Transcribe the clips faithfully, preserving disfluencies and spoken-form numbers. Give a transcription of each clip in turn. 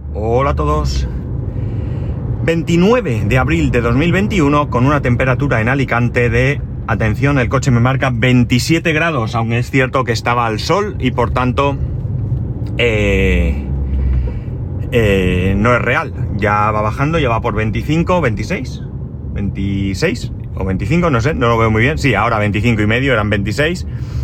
Hola a todos. veintinueve de abril de dos mil veintiuno, con una temperatura en Alicante de, atención, el coche me marca veintisiete grados, aunque es cierto que estaba al sol y por tanto eh, eh, no es real. Ya va bajando, ya va por veinticinco, veintiséis, veintiséis o veinticinco, no sé, no lo veo muy bien. Sí, ahora veinticinco y medio, eran veintiséis.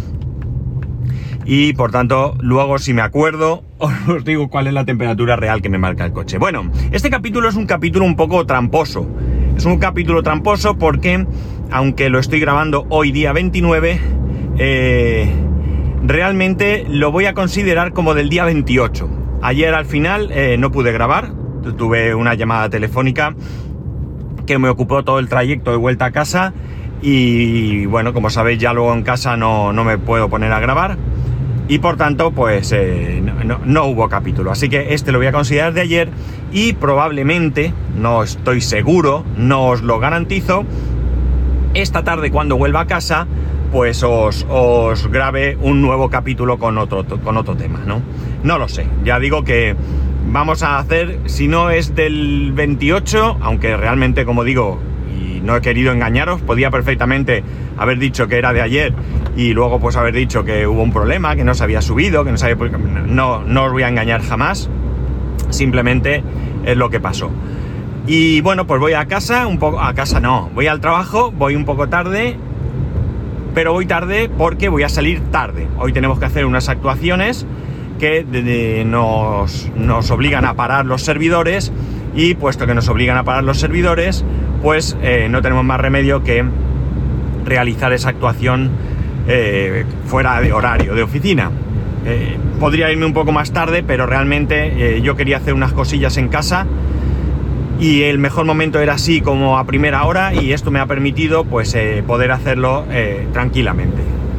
Y por tanto, luego si me acuerdo, os digo cuál es la temperatura real que me marca el coche. Bueno, este capítulo es un capítulo un poco tramposo. Es un capítulo tramposo porque, aunque lo estoy grabando hoy día veintinueve, eh, realmente lo voy a considerar como del día veintiocho. Ayer al final eh, no pude grabar, tuve una llamada telefónica que me ocupó todo el trayecto de vuelta a casa y bueno, como sabéis ya luego en casa no, no me puedo poner a grabar. Y por tanto, pues eh, no, no, no hubo capítulo. Así que este lo voy a considerar de ayer y probablemente, no estoy seguro, no os lo garantizo, esta tarde cuando vuelva a casa, pues os, os grabe un nuevo capítulo con otro, con otro tema, ¿no? No lo sé. Ya digo que vamos a hacer, si no es del veintiocho, aunque realmente, como digo, y no he querido engañaros, podía perfectamente haber dicho que era de ayer y luego pues haber dicho que hubo un problema, que no se había subido, que no sabía por qué. No, no os voy a engañar jamás, simplemente es lo que pasó. Y bueno, pues voy a casa, un poco, a casa no, voy al trabajo, voy un poco tarde, pero voy tarde porque voy a salir tarde. Hoy tenemos que hacer unas actuaciones que de, de, nos, nos obligan a parar los servidores y puesto que nos obligan a parar los servidores, pues eh, no tenemos más remedio que realizar esa actuación eh, fuera de horario de oficina. Eh, podría irme un poco más tarde, pero realmente eh, yo quería hacer unas cosillas en casa y el mejor momento era así como a primera hora y esto me ha permitido pues eh, poder hacerlo eh, tranquilamente.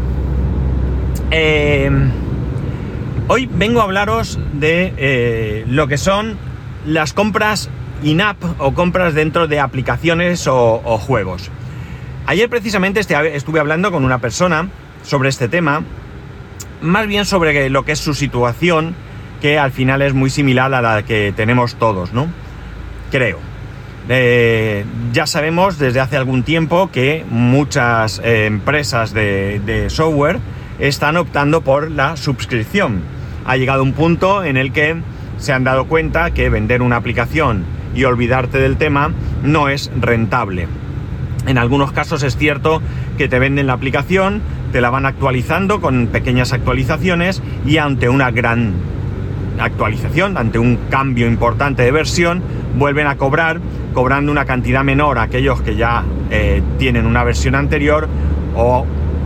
Eh, hoy vengo a hablaros de eh, lo que son las compras in-app o compras dentro de aplicaciones o, o juegos. Ayer precisamente estuve hablando con una persona sobre este tema, más bien sobre lo que es su situación, que al final es muy similar a la que tenemos todos, ¿no? Creo. Eh, ya sabemos desde hace algún tiempo que muchas eh, empresas de, de software están optando por la suscripción. Ha llegado un punto en el que se han dado cuenta que vender una aplicación y olvidarte del tema no es rentable. En algunos casos es cierto que te venden la aplicación, te la van actualizando con pequeñas actualizaciones y ante una gran actualización, ante un cambio importante de versión, vuelven a cobrar, cobrando una cantidad menor a aquellos que ya eh, tienen una versión anterior o,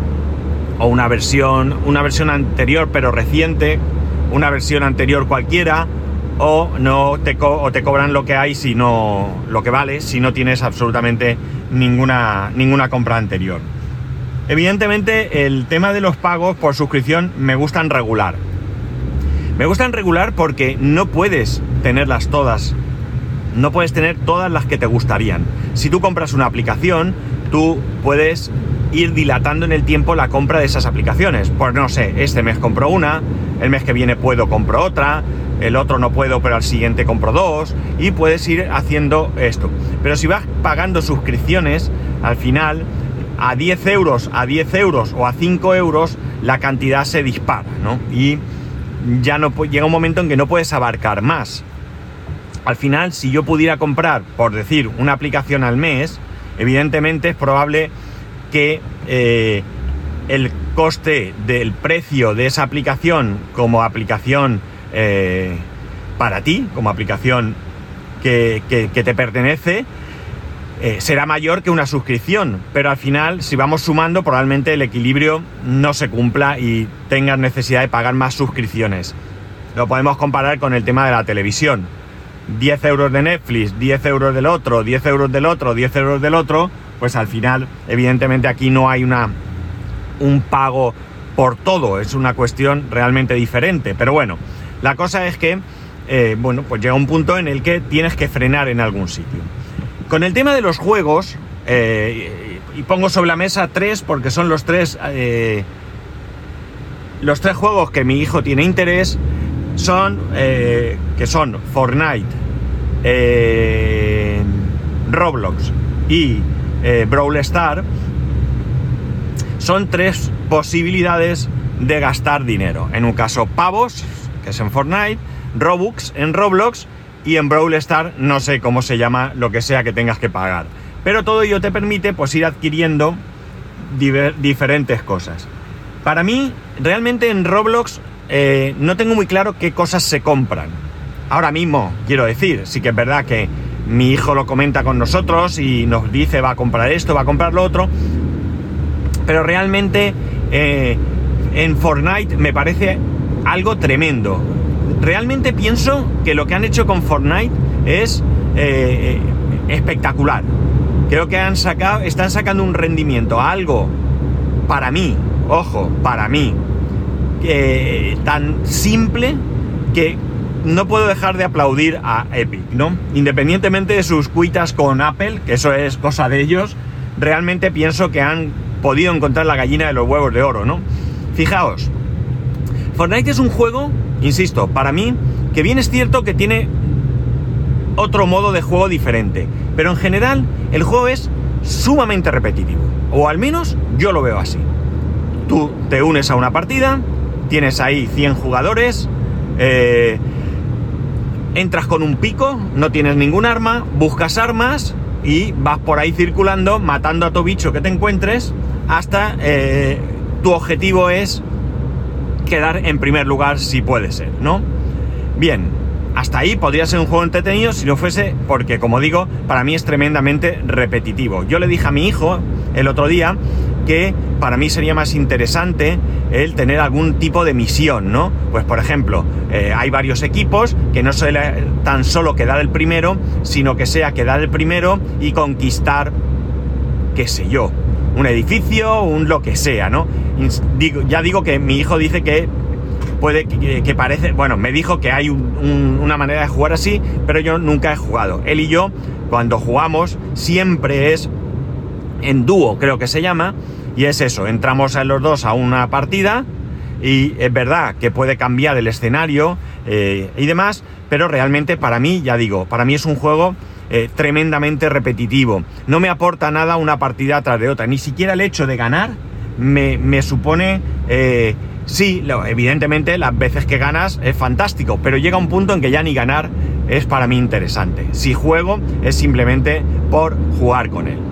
o una versión, una versión anterior pero reciente, una versión anterior cualquiera, o no te, co- o te cobran lo que hay, si no, lo que vale, si no tienes absolutamente ninguna, ninguna compra anterior. Evidentemente el tema de los pagos por suscripción me gustan regular. Me gustan regular porque no puedes tenerlas todas, no puedes tener todas las que te gustarían. Si tú compras una aplicación, tú puedes ir dilatando en el tiempo la compra de esas aplicaciones. Pues no sé, este mes compro una, el mes que viene puedo compro otra, el otro no puedo pero al siguiente compro dos y puedes ir haciendo esto. Pero si vas pagando suscripciones, al final a diez euros, a diez euros o a cinco euros la cantidad se dispara, ¿no? Y ya no llega un momento en que no puedes abarcar más. Al final, si yo pudiera comprar, por decir, una aplicación al mes, evidentemente es probable que eh, el coste del precio de esa aplicación como aplicación eh, para ti, como aplicación que, que, que te pertenece, eh, será mayor que una suscripción, pero al final, si vamos sumando, probablemente el equilibrio no se cumpla y tengas necesidad de pagar más suscripciones. Lo podemos comparar con el tema de la televisión. diez euros de Netflix, diez euros del otro, diez euros del otro, diez euros del otro, pues al final, evidentemente aquí no hay una un pago por todo, es una cuestión realmente diferente. Pero bueno, la cosa es que, eh, bueno, pues llega un punto en el que tienes que frenar en algún sitio. Con el tema de los juegos, eh, y pongo sobre la mesa tres porque son los tres, eh, los tres juegos que mi hijo tiene interés. son, eh, que son Fortnite, eh, Roblox y eh, Brawl Stars, son tres posibilidades de gastar dinero. En un caso pavos, que es en Fortnite, Robux en Roblox y en Brawl Stars no sé cómo se llama lo que sea que tengas que pagar. Pero todo ello te permite pues ir adquiriendo diver- diferentes cosas. Para mí, realmente en Roblox eh, no tengo muy claro qué cosas se compran. Ahora mismo, quiero decir, sí que es verdad que mi hijo lo comenta con nosotros y nos dice va a comprar esto, va a comprar lo otro, pero realmente eh, en Fortnite me parece algo tremendo. Realmente pienso que lo que han hecho con Fortnite es eh, espectacular. Creo que han sacado, están sacando un rendimiento a algo, para mí, ojo, para mí, eh, tan simple que no puedo dejar de aplaudir a Epic, ¿no? Independientemente de sus cuitas con Apple, que eso es cosa de ellos, realmente pienso que han podido encontrar la gallina de los huevos de oro, ¿no? Fijaos, Fortnite es un juego, insisto, para mí, que bien es cierto que tiene otro modo de juego diferente, pero en general el juego es sumamente repetitivo, o al menos yo lo veo así. Tú te unes a una partida, tienes ahí cien jugadores, eh, entras con un pico, no tienes ningún arma, buscas armas y vas por ahí circulando, matando a todo bicho que te encuentres, hasta eh, tu objetivo es quedar en primer lugar si puede ser, ¿no? Bien, hasta ahí podría ser un juego entretenido si no fuese porque, como digo, para mí es tremendamente repetitivo. Yo le dije a mi hijo el otro día que para mí sería más interesante el tener algún tipo de misión, ¿no? Pues por ejemplo, eh, hay varios equipos que no sea tan solo quedar el primero, sino que sea quedar el primero y conquistar, qué sé yo, un edificio, un lo que sea, ¿no? Digo, ya digo que mi hijo dice que puede, que, que parece, bueno, me dijo que hay un, un, una manera de jugar así, pero yo nunca he jugado. Él y yo, cuando jugamos, siempre es en dúo, creo que se llama, y es eso, entramos a los dos a una partida, y es verdad que puede cambiar el escenario eh, y demás, pero realmente para mí, ya digo, para mí es un juego eh, tremendamente repetitivo. No me aporta nada una partida tras de otra, ni siquiera el hecho de ganar me, me supone... Eh, sí, lo, evidentemente las veces que ganas es fantástico, pero llega un punto en que ya ni ganar es para mí interesante. Si juego es simplemente por jugar con él.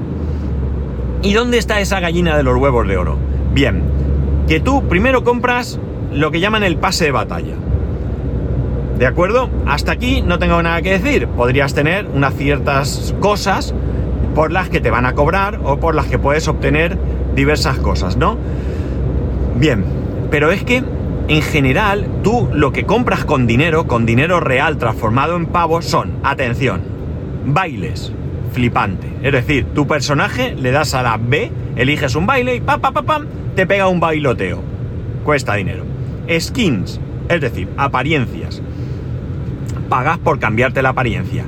¿Y dónde está esa gallina de los huevos de oro? Bien, que tú primero compras lo que llaman el pase de batalla. ¿De acuerdo? Hasta aquí no tengo nada que decir. Podrías tener unas ciertas cosas por las que te van a cobrar o por las que puedes obtener diversas cosas, ¿no? Bien, pero es que en general tú lo que compras con dinero, con dinero real transformado en pavos son, atención, bailes. Flipante. Es decir, tu personaje le das a la B, eliges un baile y pa, pa, pa, pam, te pega un bailoteo. Cuesta dinero. Skins, es decir, apariencias. Pagas por cambiarte la apariencia.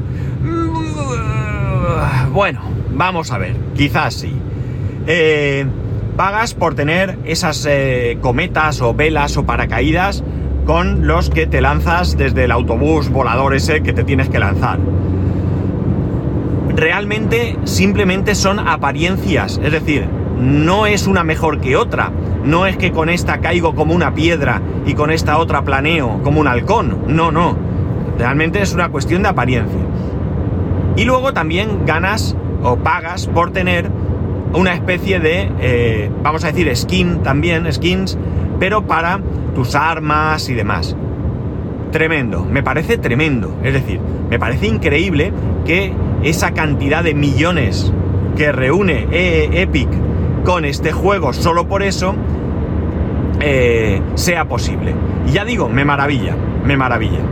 Bueno, vamos a ver, quizás sí. Eh, pagas por tener esas eh, cometas o velas o paracaídas con los que te lanzas desde el autobús volador ese que te tienes que lanzar. Realmente simplemente son apariencias, es decir, no es una mejor que otra, no es que con esta caigo como una piedra y con esta otra planeo como un halcón, no, no, realmente es una cuestión de apariencia. Y luego también ganas o pagas por tener una especie de, eh, vamos a decir skin también, skins, pero para tus armas y demás. Tremendo, me parece tremendo, es decir, me parece increíble que esa cantidad de millones que reúne Epic con este juego solo por eso eh, sea posible. Y ya digo, me maravilla, me maravilla.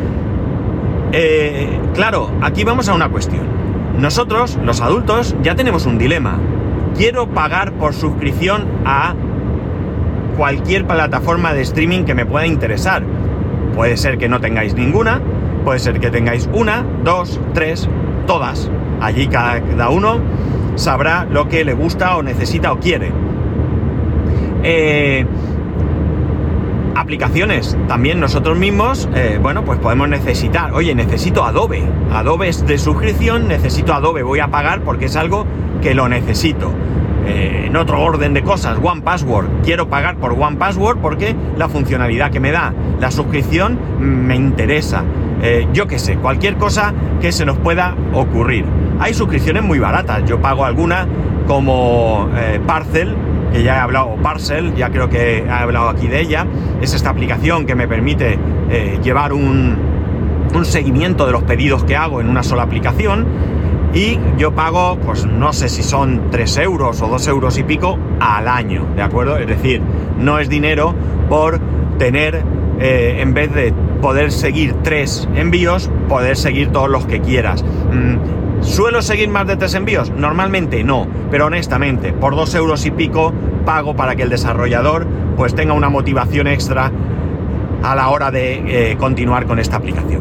Eh, claro, aquí vamos a una cuestión. Nosotros, los adultos, ya tenemos un dilema. Quiero pagar por suscripción a cualquier plataforma de streaming que me pueda interesar. Puede ser que no tengáis ninguna, puede ser que tengáis una, dos, tres, todas. Allí cada uno sabrá lo que le gusta o necesita o quiere. Eh, aplicaciones. También nosotros mismos, eh, bueno, pues podemos necesitar, oye, necesito Adobe. Adobe es de suscripción, necesito Adobe, voy a pagar porque es algo que lo necesito. Eh, en otro orden de cosas, one password, quiero pagar por one password porque la funcionalidad que me da la suscripción me interesa. Eh, yo qué sé, cualquier cosa que se nos pueda ocurrir. Hay suscripciones muy baratas, yo pago alguna como eh, Parcel, que ya he hablado, Parcel, ya creo que he hablado aquí de ella. Es esta aplicación que me permite eh, llevar un, un seguimiento de los pedidos que hago en una sola aplicación. Y yo pago, pues no sé si son tres euros o dos euros y pico al año, ¿de acuerdo? Es decir, no es dinero por tener, eh, en vez de poder seguir tres envíos, poder seguir todos los que quieras. Mm, ¿Suelo seguir más de tres envíos? Normalmente no, pero honestamente, por dos euros y pico pago para que el desarrollador pues tenga una motivación extra a la hora de eh, continuar con esta aplicación.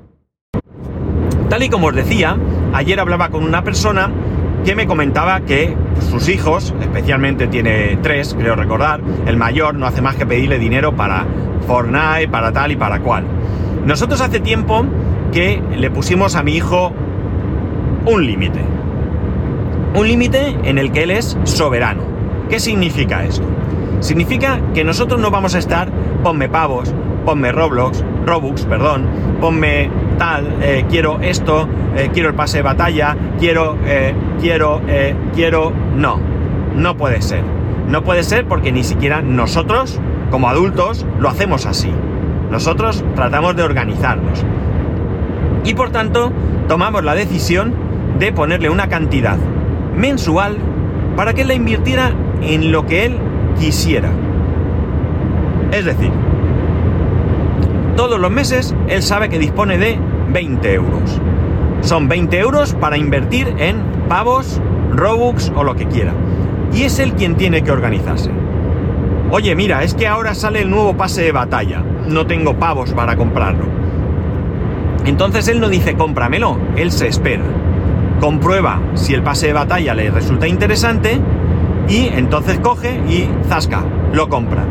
Tal y como os decía, ayer hablaba con una persona que me comentaba que sus hijos, especialmente tiene tres, creo recordar, el mayor no hace más que pedirle dinero para Fortnite, para tal y para cual. Nosotros hace tiempo que le pusimos a mi hijo un límite. Un límite en el que él es soberano. ¿Qué significa esto? Significa que nosotros no vamos a estar, ponme pavos, ponme Roblox, Robux, perdón, ponme tal, eh, quiero esto, eh, quiero el pase de batalla, quiero, eh, quiero, eh, quiero... No, no puede ser. No puede ser porque ni siquiera nosotros, como adultos, lo hacemos así. Nosotros tratamos de organizarnos. Y por tanto, tomamos la decisión de ponerle una cantidad mensual para que él la invirtiera en lo que él quisiera. Es decir, todos los meses él sabe que dispone de veinte euros. Son veinte euros para invertir en pavos, Robux o lo que quiera. Y es él quien tiene que organizarse. Oye, mira, es que ahora sale el nuevo pase de batalla. No tengo pavos para comprarlo. Entonces él no dice cómpramelo, él se espera. Comprueba si el pase de batalla le resulta interesante y entonces coge y zasca, lo compra.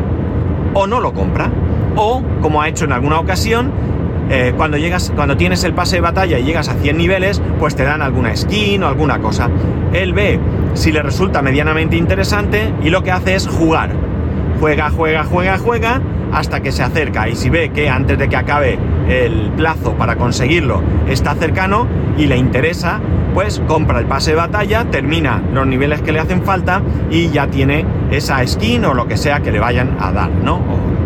O no lo compra. O, como ha hecho en alguna ocasión, eh, cuando llegas, cuando tienes el pase de batalla y llegas a cien niveles, pues te dan alguna skin o alguna cosa. Él ve si le resulta medianamente interesante y lo que hace es jugar. Juega, juega, juega, juega hasta que se acerca. Y si ve que antes de que acabe el plazo para conseguirlo está cercano y le interesa, pues compra el pase de batalla, termina los niveles que le hacen falta y ya tiene esa skin o lo que sea que le vayan a dar, ¿no? O,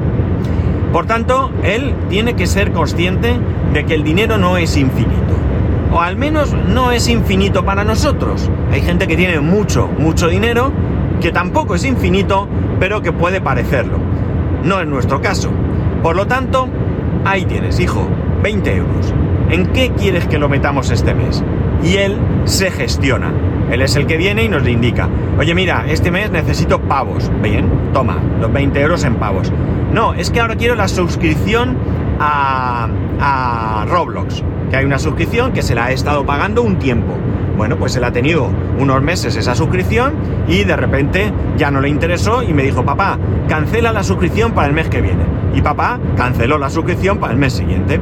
por tanto, él tiene que ser consciente de que el dinero no es infinito. O al menos no es infinito para nosotros. Hay gente que tiene mucho, mucho dinero, que tampoco es infinito, pero que puede parecerlo. No es nuestro caso. Por lo tanto, ahí tienes, hijo, veinte euros. ¿En qué quieres que lo metamos este mes? Y él se gestiona. Él es el que viene y nos indica, oye, mira, este mes necesito pavos. Bien, toma, los veinte euros en pavos. No, es que ahora quiero la suscripción a, a Roblox, que hay una suscripción que se la he estado pagando un tiempo. Bueno, pues él ha tenido unos meses esa suscripción y de repente ya no le interesó y me dijo, papá, cancela la suscripción para el mes que viene. Y papá canceló la suscripción para el mes siguiente.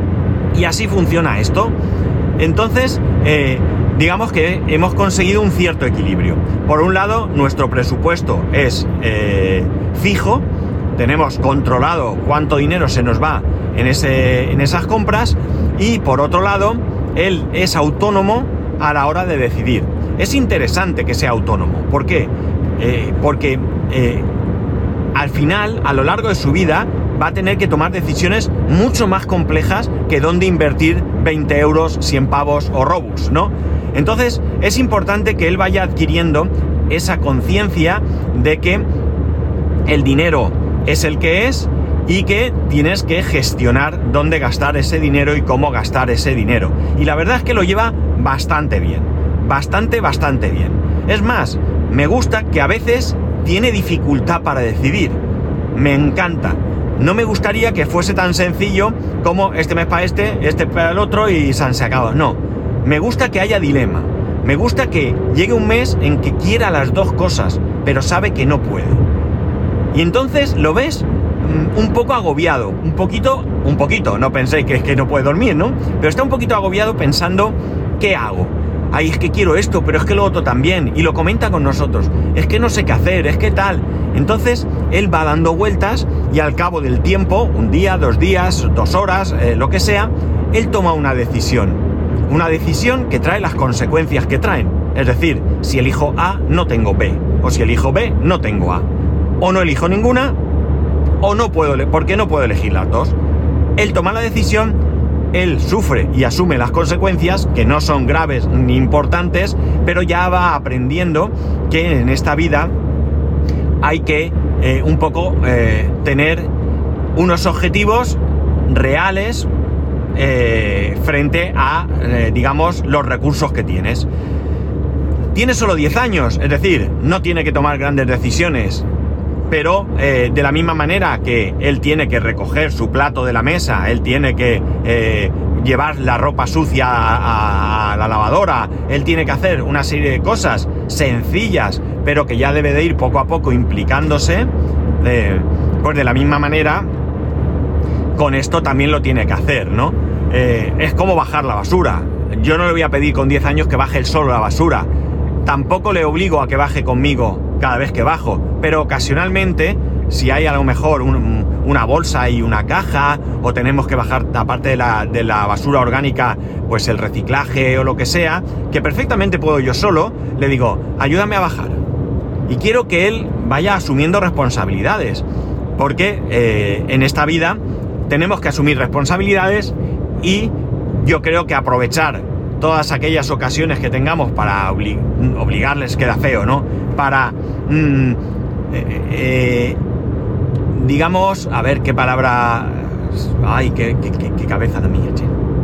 Y así funciona esto. Entonces, eh, digamos que hemos conseguido un cierto equilibrio. Por un lado, nuestro presupuesto es eh, fijo, tenemos controlado cuánto dinero se nos va en, ese, en esas compras, y por otro lado, él es autónomo a la hora de decidir. Es interesante que sea autónomo. ¿Por qué? Eh, porque eh, al final, a lo largo de su vida, va a tener que tomar decisiones mucho más complejas que dónde invertir veinte euros, cien pavos o Robux, ¿no? Entonces, es importante que él vaya adquiriendo esa conciencia de que el dinero es el que es y que tienes que gestionar dónde gastar ese dinero y cómo gastar ese dinero. Y la verdad es que lo lleva bastante bien, bastante, bastante bien. Es más, me gusta que a veces tiene dificultad para decidir. Me encanta. No me gustaría que fuese tan sencillo como este mes para este, este para el otro y se han sacado. No, me gusta que haya dilema. Me gusta que llegue un mes en que quiera las dos cosas, pero sabe que no puede. Y entonces lo ves un poco agobiado, un poquito, un poquito, no penséis que es que no puede dormir, ¿no? Pero está un poquito agobiado pensando, ¿qué hago? Ay, es que quiero esto, pero es que lo otro también, y lo comenta con nosotros, es que no sé qué hacer, es que tal. Entonces, él va dando vueltas y al cabo del tiempo, un día, dos días, dos horas, eh, lo que sea, él toma una decisión. Una decisión que trae las consecuencias que traen. Es decir, si elijo A, no tengo B. O si elijo B, no tengo A. O no elijo ninguna, o no puedo, porque no puedo elegir las dos. Él toma la decisión, él sufre y asume las consecuencias, que no son graves ni importantes, pero ya va aprendiendo que en esta vida hay que eh, un poco eh, tener unos objetivos reales eh, frente a, eh, digamos, los recursos que tienes. Tiene solo diez años, es decir, no tiene que tomar grandes decisiones, pero eh, de la misma manera que él tiene que recoger su plato de la mesa, él tiene que eh, llevar la ropa sucia a, a la lavadora, él tiene que hacer una serie de cosas sencillas, pero que ya debe de ir poco a poco implicándose, eh, pues de la misma manera, con esto también lo tiene que hacer, ¿no? Eh, es como bajar la basura. Yo no le voy a pedir con diez años que baje él solo la basura. Tampoco le obligo a que baje conmigo cada vez que bajo, pero ocasionalmente, si hay a lo mejor un, una bolsa y una caja, o tenemos que bajar, aparte de la, de la basura orgánica, pues el reciclaje o lo que sea, que perfectamente puedo yo solo, le digo, ayúdame a bajar. Y quiero que él vaya asumiendo responsabilidades, porque eh, en esta vida tenemos que asumir responsabilidades, y yo creo que aprovechar todas aquellas ocasiones que tengamos para obli- obligarles, queda feo, ¿no? Para, mm, eh, eh, digamos, a ver qué palabra... Ay, qué, qué, qué, qué cabeza la mía, che.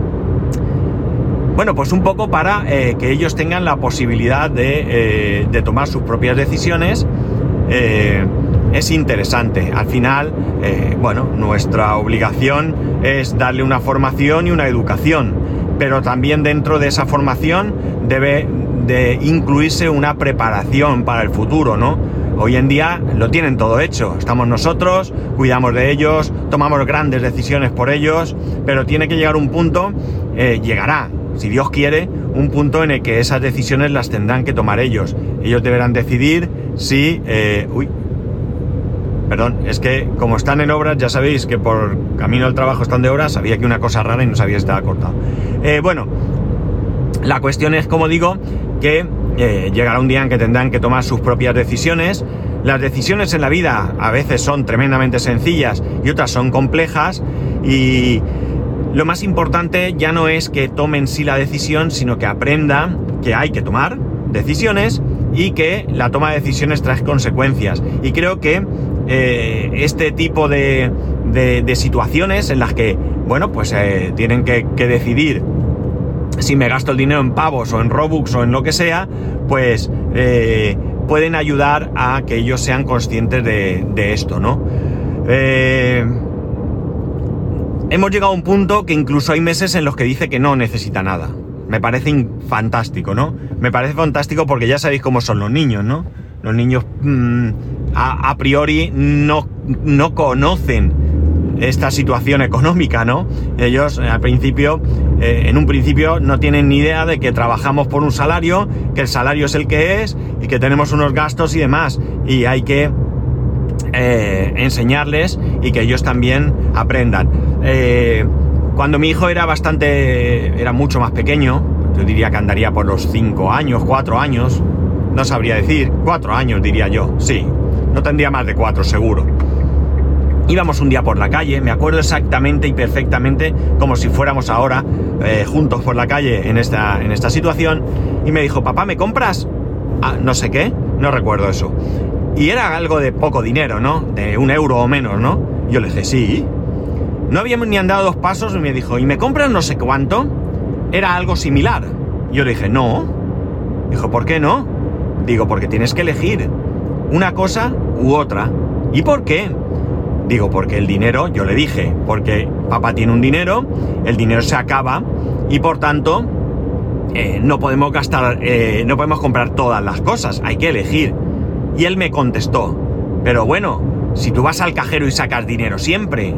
Bueno, pues un poco para eh, que ellos tengan la posibilidad de, eh, de tomar sus propias decisiones. Eh, es interesante. Al final, eh, bueno, nuestra obligación es darle una formación y una educación, pero también dentro de esa formación debe de incluirse una preparación para el futuro, ¿no? Hoy en día lo tienen todo hecho, estamos nosotros, cuidamos de ellos, tomamos grandes decisiones por ellos, pero tiene que llegar un punto, eh, llegará, si Dios quiere, un punto en el que esas decisiones las tendrán que tomar ellos. Ellos deberán decidir si... Eh, uy, perdón, es que como están en obras, ya sabéis que por camino al trabajo están de obras, sabía que una cosa rara y no sabía si estaba cortado. Eh, bueno, la cuestión es, como digo, que eh, llegará un día en que tendrán que tomar sus propias decisiones. Las decisiones en la vida a veces son tremendamente sencillas y otras son complejas, y lo más importante ya no es que tomen sí la decisión, sino que aprendan que hay que tomar decisiones y que la toma de decisiones trae consecuencias. Y creo que eh, este tipo de, de, de situaciones en las que, bueno, pues eh, tienen que, que decidir si me gasto el dinero en pavos o en Robux o en lo que sea, pues eh, pueden ayudar a que ellos sean conscientes de, de esto, ¿no? Eh, hemos llegado a un punto que incluso hay meses en los que dice que no necesita nada. Me parece fantástico, ¿no? Me parece fantástico porque ya sabéis cómo son los niños, ¿no? Los niños mmm, a, a priori no, no conocen esta situación económica, ¿no? Ellos al principio, eh, en un principio no tienen ni idea de que trabajamos por un salario, que el salario es el que es y que tenemos unos gastos y demás, y hay que eh, enseñarles y que ellos también aprendan. Eh, cuando mi hijo era bastante, era mucho más pequeño, yo diría que andaría por los cinco años, cuatro años, no sabría decir, cuatro años diría yo, sí, no tendría más de cuatro seguro. Íbamos un día por la calle, me acuerdo exactamente y perfectamente como si fuéramos ahora eh, juntos por la calle en esta, en esta situación, y me dijo, papá, ¿me compras? Ah, no sé qué, no recuerdo eso. Y era algo de poco dinero, ¿no? De un euro o menos, ¿no? Yo le dije, sí. No habíamos ni andado dos pasos y me dijo, ¿y me compras no sé cuánto? Era algo similar. Yo le dije, no. Dijo, ¿por qué no? Digo, porque tienes que elegir una cosa u otra. ¿Y por qué? Digo, porque el dinero, yo le dije, porque papá tiene un dinero, el dinero se acaba y por tanto eh, no podemos gastar, eh, no podemos comprar todas las cosas, hay que elegir. Y él me contestó, pero bueno, si tú vas al cajero y sacas dinero siempre,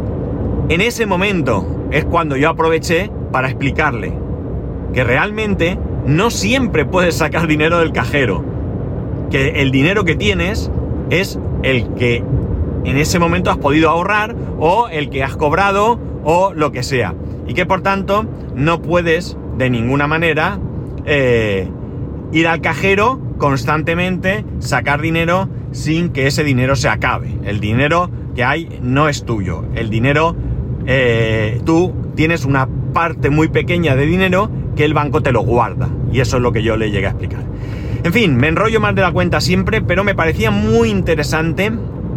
en ese momento es cuando yo aproveché para explicarle que realmente no siempre puedes sacar dinero del cajero, que el dinero que tienes es el que en ese momento has podido ahorrar o el que has cobrado o lo que sea, y que por tanto no puedes de ninguna manera eh, ir al cajero constantemente, sacar dinero sin que ese dinero se acabe. El dinero que hay no es tuyo, el dinero eh, tú tienes una parte muy pequeña de dinero que el banco te lo guarda, y eso es lo que yo le llegué a explicar. En fin, me enrollo más de la cuenta siempre, pero me parecía muy interesante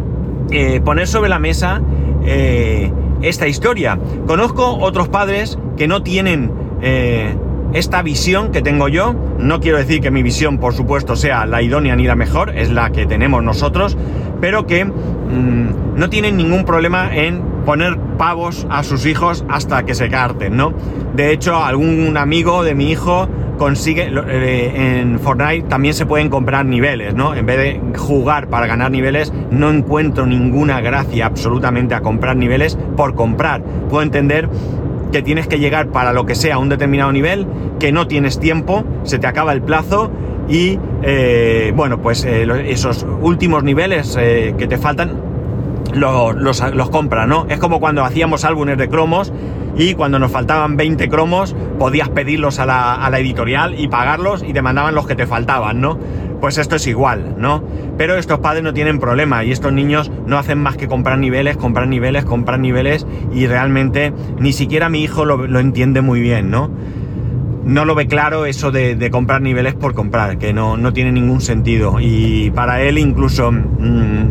eh, poner sobre la mesa eh, esta historia. Conozco otros padres que no tienen eh, esta visión que tengo yo. No quiero decir que mi visión, por supuesto, sea la idónea ni la mejor, es la que tenemos nosotros, pero que mmm, no tienen ningún problema en poner pavos a sus hijos hasta que se carten, ¿no? De hecho, algún amigo de mi hijo consigue, eh, en Fortnite también se pueden comprar niveles, ¿no? En vez de jugar para ganar niveles, no encuentro ninguna gracia absolutamente a comprar niveles por comprar. Puedo entender que tienes que llegar para lo que sea a un determinado nivel, que no tienes tiempo, se te acaba el plazo y, eh, bueno, pues eh, esos últimos niveles eh, que te faltan los, los, los compras, ¿no? Es como cuando hacíamos álbumes de cromos y cuando nos faltaban veinte cromos podías pedirlos a la, a la editorial y pagarlos y te mandaban los que te faltaban, ¿no? Pues esto es igual, ¿no? Pero estos padres no tienen problema y estos niños no hacen más que comprar niveles, comprar niveles, comprar niveles, y realmente ni siquiera mi hijo lo, lo entiende muy bien, ¿no? No lo ve claro eso de, de comprar niveles por comprar, que no, no tiene ningún sentido, y para él incluso mmm,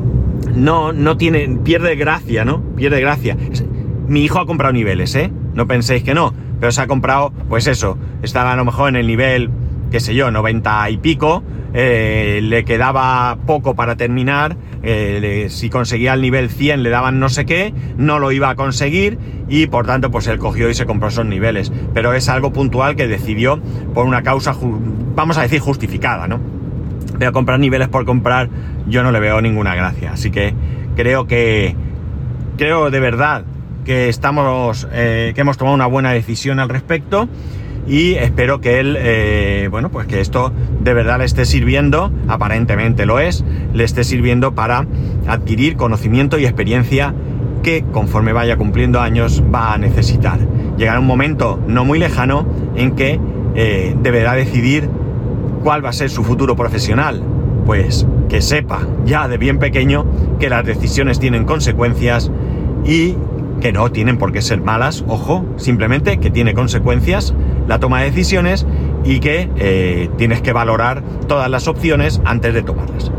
no, no tiene, pierde gracia, ¿no? Pierde gracia. Mi hijo ha comprado niveles, ¿eh? No penséis que no, pero se ha comprado, pues eso, estaba a lo mejor en el nivel, qué sé yo, noventa y pico, eh, le quedaba poco para terminar, eh, le, si conseguía el nivel cien le daban no sé qué, no lo iba a conseguir y por tanto pues él cogió y se compró esos niveles, pero es algo puntual que decidió por una causa, vamos a decir, justificada, ¿no? Pero comprar niveles por comprar yo no le veo ninguna gracia, así que creo que, creo de verdad que estamos, eh, que hemos tomado una buena decisión al respecto, y espero que él, eh, bueno, pues que esto de verdad le esté sirviendo, aparentemente lo es, le esté sirviendo para adquirir conocimiento y experiencia que conforme vaya cumpliendo años va a necesitar. Llegará un momento no muy lejano en que eh, deberá decidir cuál va a ser su futuro profesional, pues que sepa ya de bien pequeño que las decisiones tienen consecuencias y que no tienen por qué ser malas, ojo, simplemente que tiene consecuencias la toma de decisiones y que eh, tienes que valorar todas las opciones antes de tomarlas.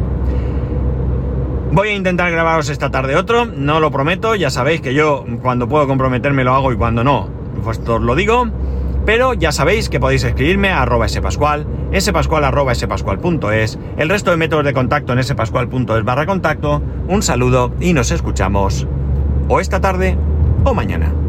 Voy a intentar grabaros esta tarde otro, no lo prometo, ya sabéis que yo cuando puedo comprometerme lo hago y cuando no, pues os lo digo, pero ya sabéis que podéis escribirme a arroba spascual, spascual arroba spascual punto es, el resto de métodos de contacto en spascual punto es barra contacto. Un saludo y nos escuchamos o esta tarde o mañana.